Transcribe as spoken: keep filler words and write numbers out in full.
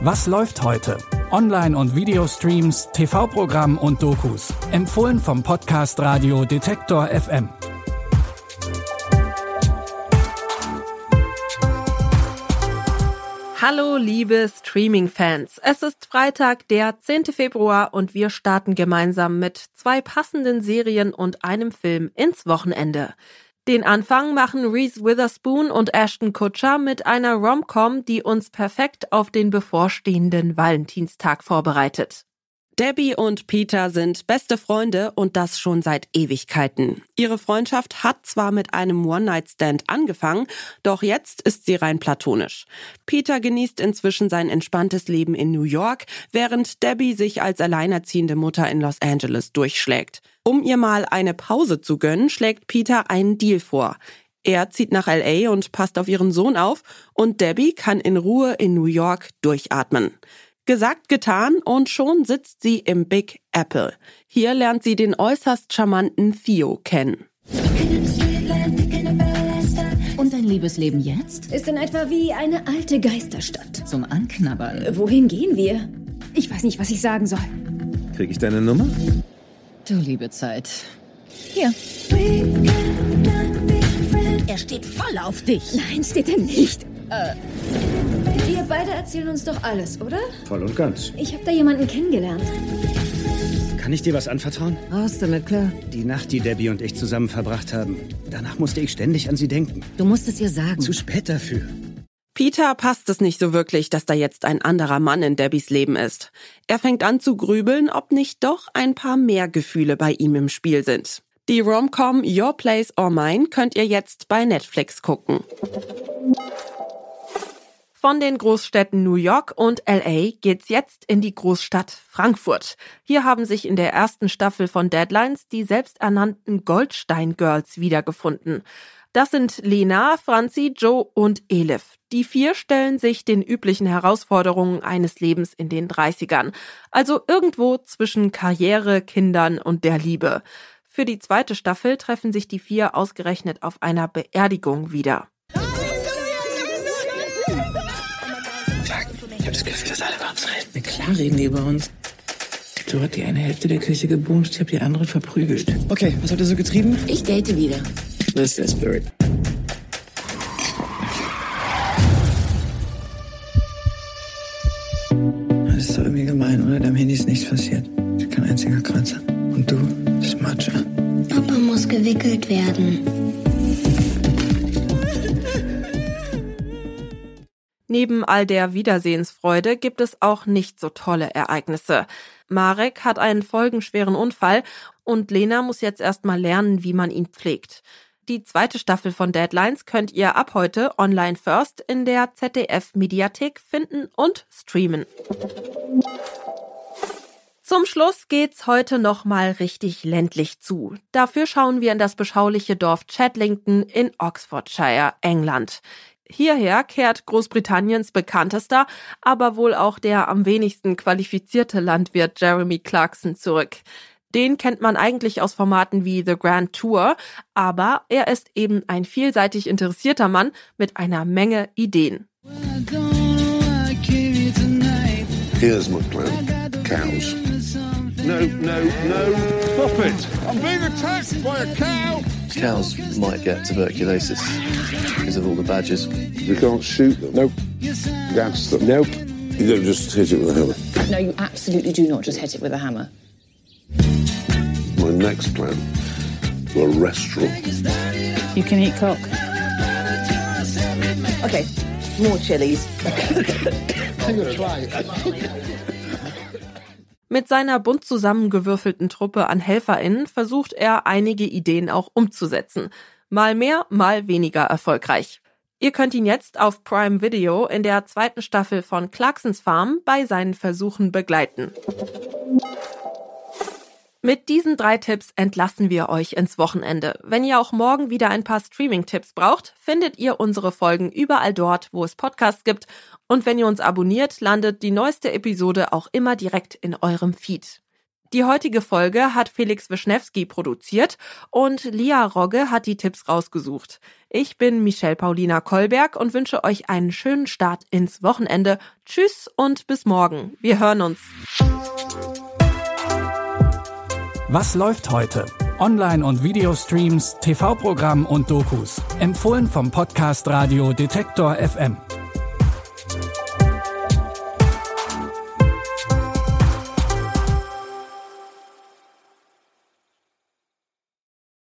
Was läuft heute? Online- und Videostreams, T V-Programm und Dokus. Empfohlen vom Podcast Radio Detektor F M. Hallo liebe Streaming-Fans, es ist Freitag, der zehnten Februar und wir starten gemeinsam mit zwei passenden Serien und einem Film ins Wochenende. Den Anfang machen Reese Witherspoon und Ashton Kutcher mit einer Rom-Com, die uns perfekt auf den bevorstehenden Valentinstag vorbereitet. Debbie und Peter sind beste Freunde und das schon seit Ewigkeiten. Ihre Freundschaft hat zwar mit einem One-Night-Stand angefangen, doch jetzt ist sie rein platonisch. Peter genießt inzwischen sein entspanntes Leben in New York, während Debbie sich als alleinerziehende Mutter in Los Angeles durchschlägt. Um ihr mal eine Pause zu gönnen, schlägt Peter einen Deal vor. Er zieht nach L A und passt auf ihren Sohn auf und Debbie kann in Ruhe in New York durchatmen. Gesagt, getan und schon sitzt sie im Big Apple. Hier lernt sie den äußerst charmanten Theo kennen. Und dein Liebesleben jetzt? Ist in etwa wie eine alte Geisterstadt. Zum Anknabbern. Wohin gehen wir? Ich weiß nicht, was ich sagen soll. Krieg ich deine Nummer? Du liebe Zeit. Hier. Er steht voll auf dich. Nein, steht er nicht. Äh... Wir beide erzählen uns doch alles, oder? Voll und ganz. Ich habe da jemanden kennengelernt. Kann ich dir was anvertrauen? Raus damit, klar. Die Nacht, die Debbie und ich zusammen verbracht haben. Danach musste ich ständig an sie denken. Du musst es ihr sagen. Zu spät dafür. Peter passt es nicht so wirklich, dass da jetzt ein anderer Mann in Debbies Leben ist. Er fängt an zu grübeln, ob nicht doch ein paar mehr Gefühle bei ihm im Spiel sind. Die Rom-Com Your Place or Mine könnt ihr jetzt bei Netflix gucken. Von den Großstädten New York und L A geht's jetzt in die Großstadt Frankfurt. Hier haben sich in der ersten Staffel von Deadlines die selbsternannten Goldstein-Girls wiedergefunden. Das sind Lena, Franzi, Joe und Elif. Die vier stellen sich den üblichen Herausforderungen eines Lebens in den dreißigern. Also irgendwo zwischen Karriere, Kindern und der Liebe. Für die zweite Staffel treffen sich die vier ausgerechnet auf einer Beerdigung wieder. Ich habe das Gefühl, dass alle über uns reden. Na klar reden die über uns. Joe hat die eine Hälfte der Kirche gebumst, ich habe die andere verprügelt. Okay, was habt ihr so getrieben? Ich date wieder. Das ist der Spirit. Das ist doch irgendwie gemein, oder? Deinem Handy ist nichts passiert. Kein einziger Kratzer. Und du, das Matsche. Papa muss gewickelt werden. Neben all der Wiedersehensfreude gibt es auch nicht so tolle Ereignisse. Marek hat einen folgenschweren Unfall und Lena muss jetzt erstmal lernen, wie man ihn pflegt. Die zweite Staffel von Deadlines könnt ihr ab heute online first in der Z D F-Mediathek finden und streamen. Zum Schluss geht's heute nochmal richtig ländlich zu. Dafür schauen wir in das beschauliche Dorf Chadlington in Oxfordshire, England. Hierher kehrt Großbritanniens bekanntester, aber wohl auch der am wenigsten qualifizierte Landwirt Jeremy Clarkson zurück. Den kennt man eigentlich aus Formaten wie The Grand Tour, aber er ist eben ein vielseitig interessierter Mann mit einer Menge Ideen. Here's my plan. Cows. No, no, no. Stop it. I'm being attacked by a cow. Cows might get tuberculosis because of all the badgers. You can't shoot them. Nope. Gas them. Nope. You don't just hit it with a hammer. No, you absolutely do not just hit it with a hammer. My next plan. A restaurant. You can eat cock. Okay, more chilies. I'm gonna try it. Mit seiner bunt zusammengewürfelten Truppe an HelferInnen versucht er, einige Ideen auch umzusetzen. Mal mehr, mal weniger erfolgreich. Ihr könnt ihn jetzt auf Prime Video in der zweiten Staffel von Clarksons Farm bei seinen Versuchen begleiten. Mit diesen drei Tipps entlassen wir euch ins Wochenende. Wenn ihr auch morgen wieder ein paar Streaming-Tipps braucht, findet ihr unsere Folgen überall dort, wo es Podcasts gibt. Und wenn ihr uns abonniert, landet die neueste Episode auch immer direkt in eurem Feed. Die heutige Folge hat Felix Wischnewski produziert und Lia Rogge hat die Tipps rausgesucht. Ich bin Michelle Paulina Kolberg und wünsche euch einen schönen Start ins Wochenende. Tschüss und bis morgen. Wir hören uns. Was läuft heute? Online- und Videostreams, T V-Programm und Dokus. Empfohlen vom Podcast Radio Detektor F M.